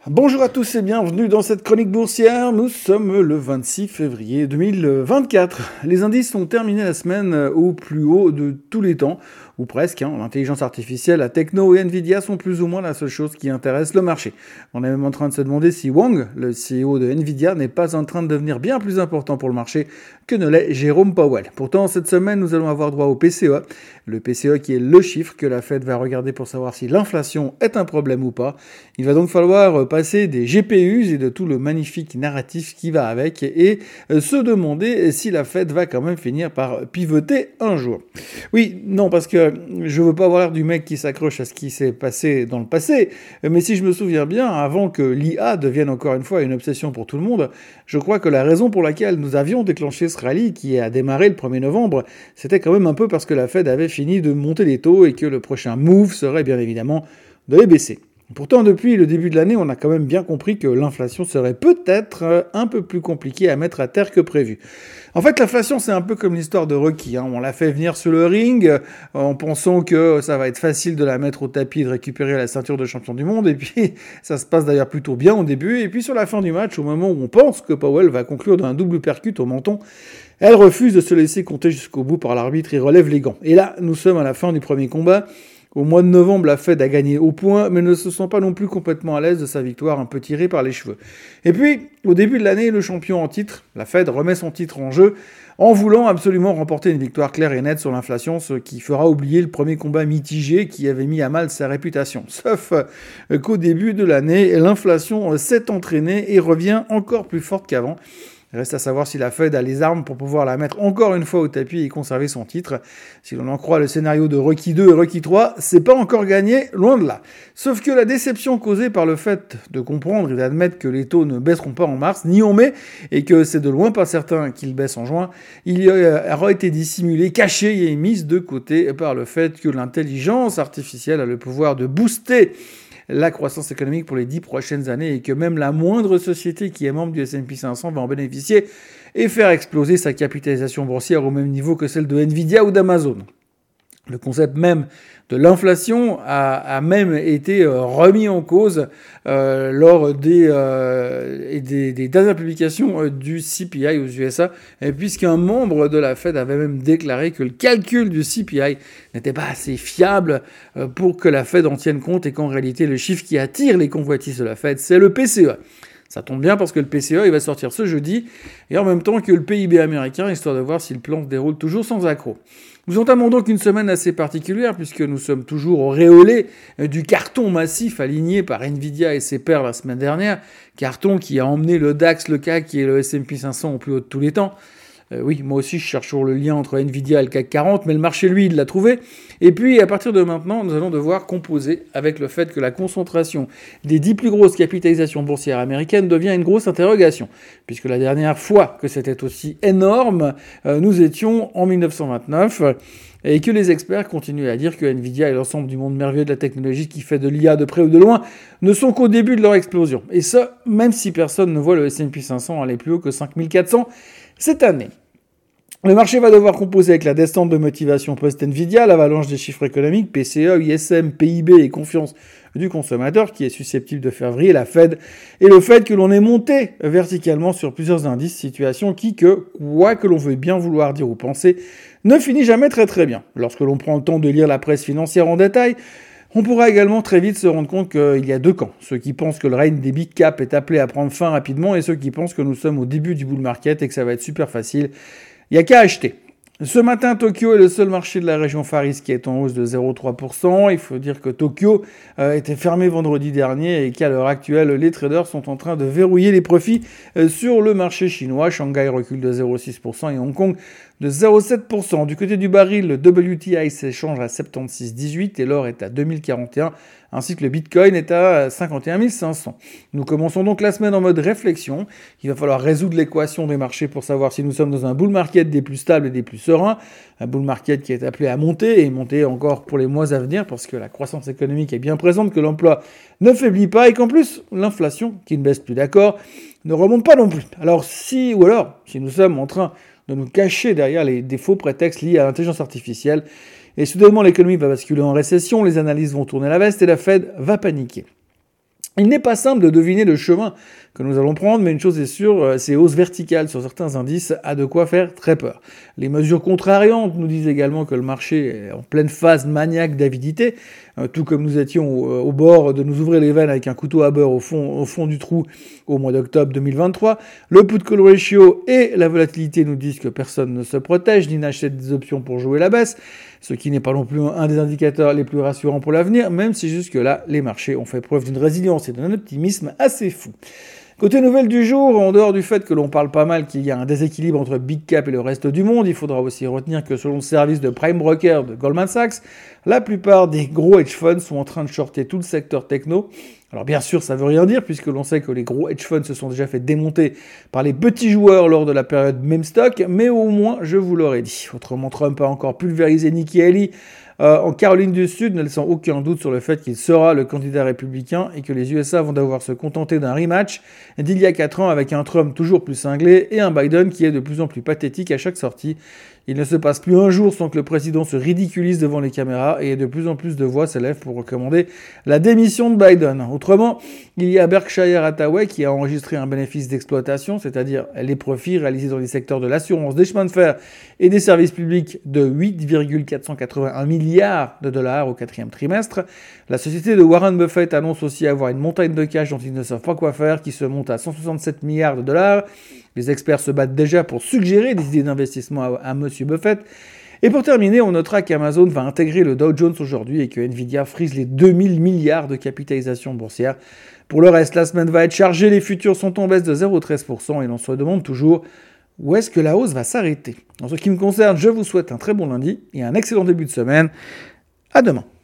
Bonjour à tous et bienvenue dans cette chronique boursière. Nous sommes le 26 février 2024. Les indices ont terminé la semaine au plus haut de tous les temps, ou presque. L'intelligence artificielle, la techno et Nvidia sont plus ou moins la seule chose qui intéresse le marché. On est même en train de se demander si Wang, le CEO de Nvidia, n'est pas en train de devenir bien plus important pour le marché que ne l'est Jérôme Powell. Pourtant, cette semaine, nous allons avoir droit au PCE. Le PCE qui est le chiffre que la Fed va regarder pour savoir si l'inflation est un problème ou pas. Il va donc falloir passer des GPUs et de tout le magnifique narratif qui va avec et se demander si la Fed va quand même finir par pivoter un jour. Oui, non, parce que je veux pas avoir l'air du mec qui s'accroche à ce qui s'est passé dans le passé, mais si je me souviens bien, avant que l'IA devienne encore une fois une obsession pour tout le monde, je crois que la raison pour laquelle nous avions déclenché ce rallye qui a démarré le 1er novembre, c'était quand même un peu parce que la Fed avait fini de monter les taux et que le prochain move serait bien évidemment de les baisser. Pourtant, depuis le début de l'année, on a quand même bien compris que l'inflation serait peut-être un peu plus compliquée à mettre à terre que prévu. En fait, l'inflation, c'est un peu comme l'histoire de Rocky. On l'a fait venir sur le ring en pensant que ça va être facile de la mettre au tapis et de récupérer la ceinture de champion du monde. Et puis, ça se passe d'ailleurs plutôt bien au début. Et puis, sur la fin du match, au moment où on pense que Powell va conclure d'un double percute au menton, elle refuse de se laisser compter jusqu'au bout par l'arbitre et relève les gants. Et là, nous sommes à la fin du premier combat. Au mois de novembre, la Fed a gagné au point, mais ne se sent pas non plus complètement à l'aise de sa victoire un peu tirée par les cheveux. Et puis, au début de l'année, le champion en titre, la Fed, remet son titre en jeu en voulant absolument remporter une victoire claire et nette sur l'inflation, ce qui fera oublier le premier combat mitigé qui avait mis à mal sa réputation. Sauf qu'au début de l'année, l'inflation s'est entraînée et revient encore plus forte qu'avant. Reste à savoir si la Fed a les armes pour pouvoir la mettre encore une fois au tapis et conserver son titre. Si l'on en croit le scénario de Rocky 2 et Rocky 3, c'est pas encore gagné, loin de là. Sauf que la déception causée par le fait de comprendre et d'admettre que les taux ne baisseront pas en mars, ni en mai, et que c'est de loin pas certain qu'ils baissent en juin, il aura été dissimulé, caché et mise de côté par le fait que l'intelligence artificielle a le pouvoir de booster la croissance économique pour les 10 prochaines années et que même la moindre société qui est membre du S&P 500 va en bénéficier et faire exploser sa capitalisation boursière au même niveau que celle de Nvidia ou d'Amazon. Le concept même de l'inflation a même été remis en cause lors des dernières publications du CPI aux USA, puisqu'un membre de la Fed avait même déclaré que le calcul du CPI n'était pas assez fiable pour que la Fed en tienne compte et qu'en réalité le chiffre qui attire les convoitises de la Fed, c'est le PCE. Ça tombe bien parce que le PCE, il va sortir ce jeudi, et en même temps que le PIB américain, histoire de voir si le plan se déroule toujours sans accroc. Nous entamons donc une semaine assez particulière, puisque nous sommes toujours auréolés du carton massif aligné par Nvidia et ses pairs la semaine dernière, carton qui a emmené le DAX, le CAC et le S&P 500 au plus haut de tous les temps. Oui, moi aussi, je cherche toujours le lien entre Nvidia et le CAC 40, mais le marché, lui, il l'a trouvé. Et puis, à partir de maintenant, nous allons devoir composer avec le fait que la concentration des 10 plus grosses capitalisations boursières américaines devient une grosse interrogation. Puisque la dernière fois que c'était aussi énorme, nous étions en 1929, et que les experts continuent à dire que Nvidia et l'ensemble du monde merveilleux de la technologie qui fait de l'IA de près ou de loin ne sont qu'au début de leur explosion. Et ça, même si personne ne voit le S&P 500 aller plus haut que 5400 cette année. Le marché va devoir composer avec la descente de motivation post-Nvidia, l'avalanche des chiffres économiques, PCE, ISM, PIB et confiance du consommateur qui est susceptible de faire vriller la Fed, et le fait que l'on est monté verticalement sur plusieurs indices, situation qui, quoi que l'on veuille bien vouloir dire ou penser, ne finit jamais très très bien. Lorsque l'on prend le temps de lire la presse financière en détail, on pourra également très vite se rendre compte qu'il y a deux camps. Ceux qui pensent que le règne des big caps est appelé à prendre fin rapidement et ceux qui pensent que nous sommes au début du bull market et que ça va être super facile. Il n'y a qu'à acheter. Ce matin, Tokyo est le seul marché de la région Far East qui est en hausse de 0,3%. Il faut dire que Tokyo était fermé vendredi dernier et qu'à l'heure actuelle, les traders sont en train de verrouiller les profits sur le marché chinois. Shanghai recule de 0,6% et Hong Kong de 0,7%. Du côté du baril, le WTI s'échange à 76,18 et l'or est à 2041, ainsi que le Bitcoin est à 51 500. Nous commençons donc la semaine en mode réflexion. Il va falloir résoudre l'équation des marchés pour savoir si nous sommes dans un bull market des plus stables et des plus sereins, un bull market qui est appelé à monter et monter encore pour les mois à venir parce que la croissance économique est bien présente, que l'emploi ne faiblit pas et qu'en plus l'inflation, qui ne baisse plus d'accord, ne remonte pas non plus. Alors si nous sommes en train de nous cacher derrière des faux prétextes liés à l'intelligence artificielle, et soudainement l'économie va basculer en récession, les analystes vont tourner la veste et la Fed va paniquer. Il n'est pas simple de deviner le chemin que nous allons prendre, mais une chose est sûre, ces hausses verticales sur certains indices a de quoi faire très peur. Les mesures contrariantes nous disent également que le marché est en pleine phase maniaque d'avidité, tout comme nous étions au bord de nous ouvrir les veines avec un couteau à beurre au fond du trou au mois d'octobre 2023. Le put-call ratio et la volatilité nous disent que personne ne se protège ni n'achète des options pour jouer la baisse, ce qui n'est pas non plus un des indicateurs les plus rassurants pour l'avenir, même si jusque-là, les marchés ont fait preuve d'une résilience et d'un optimisme assez fou. Côté nouvelle du jour, en dehors du fait que l'on parle pas mal qu'il y a un déséquilibre entre Big Cap et le reste du monde, il faudra aussi retenir que selon le service de Prime Broker de Goldman Sachs, la plupart des gros hedge funds sont en train de shorter tout le secteur techno. Alors bien sûr, ça veut rien dire puisque l'on sait que les gros hedge funds se sont déjà fait démonter par les petits joueurs lors de la période meme stock, mais au moins, je vous l'aurais dit. Autrement, Trump a encore pulvérisé Nikki Haley en Caroline du Sud, ne laissant aucun doute sur le fait qu'il sera le candidat républicain et que les USA vont devoir se contenter d'un rematch d'il y a 4 ans avec un Trump toujours plus cinglé et un Biden qui est de plus en plus pathétique à chaque sortie. Il ne se passe plus un jour sans que le président se ridiculise devant les caméras et de plus en plus de voix s'élèvent pour recommander la démission de Biden. Autrement, il y a Berkshire Hathaway qui a enregistré un bénéfice d'exploitation, c'est-à-dire les profits réalisés dans les secteurs de l'assurance, des chemins de fer et des services publics de 8,481 milliards de dollars au 4e trimestre. La société de Warren Buffett annonce aussi avoir une montagne de cash dont ils ne savent pas quoi faire qui se monte à 167 milliards de dollars. Les experts se battent déjà pour suggérer des idées d'investissement à Monsieur Buffett. Et pour terminer, on notera qu'Amazon va intégrer le Dow Jones aujourd'hui et que Nvidia frise les 2000 milliards de capitalisation boursière. Pour le reste, la semaine va être chargée, les futurs sont en baisse de 0,13% et l'on se demande toujours où est-ce que la hausse va s'arrêter. En ce qui me concerne, je vous souhaite un très bon lundi et un excellent début de semaine. À demain.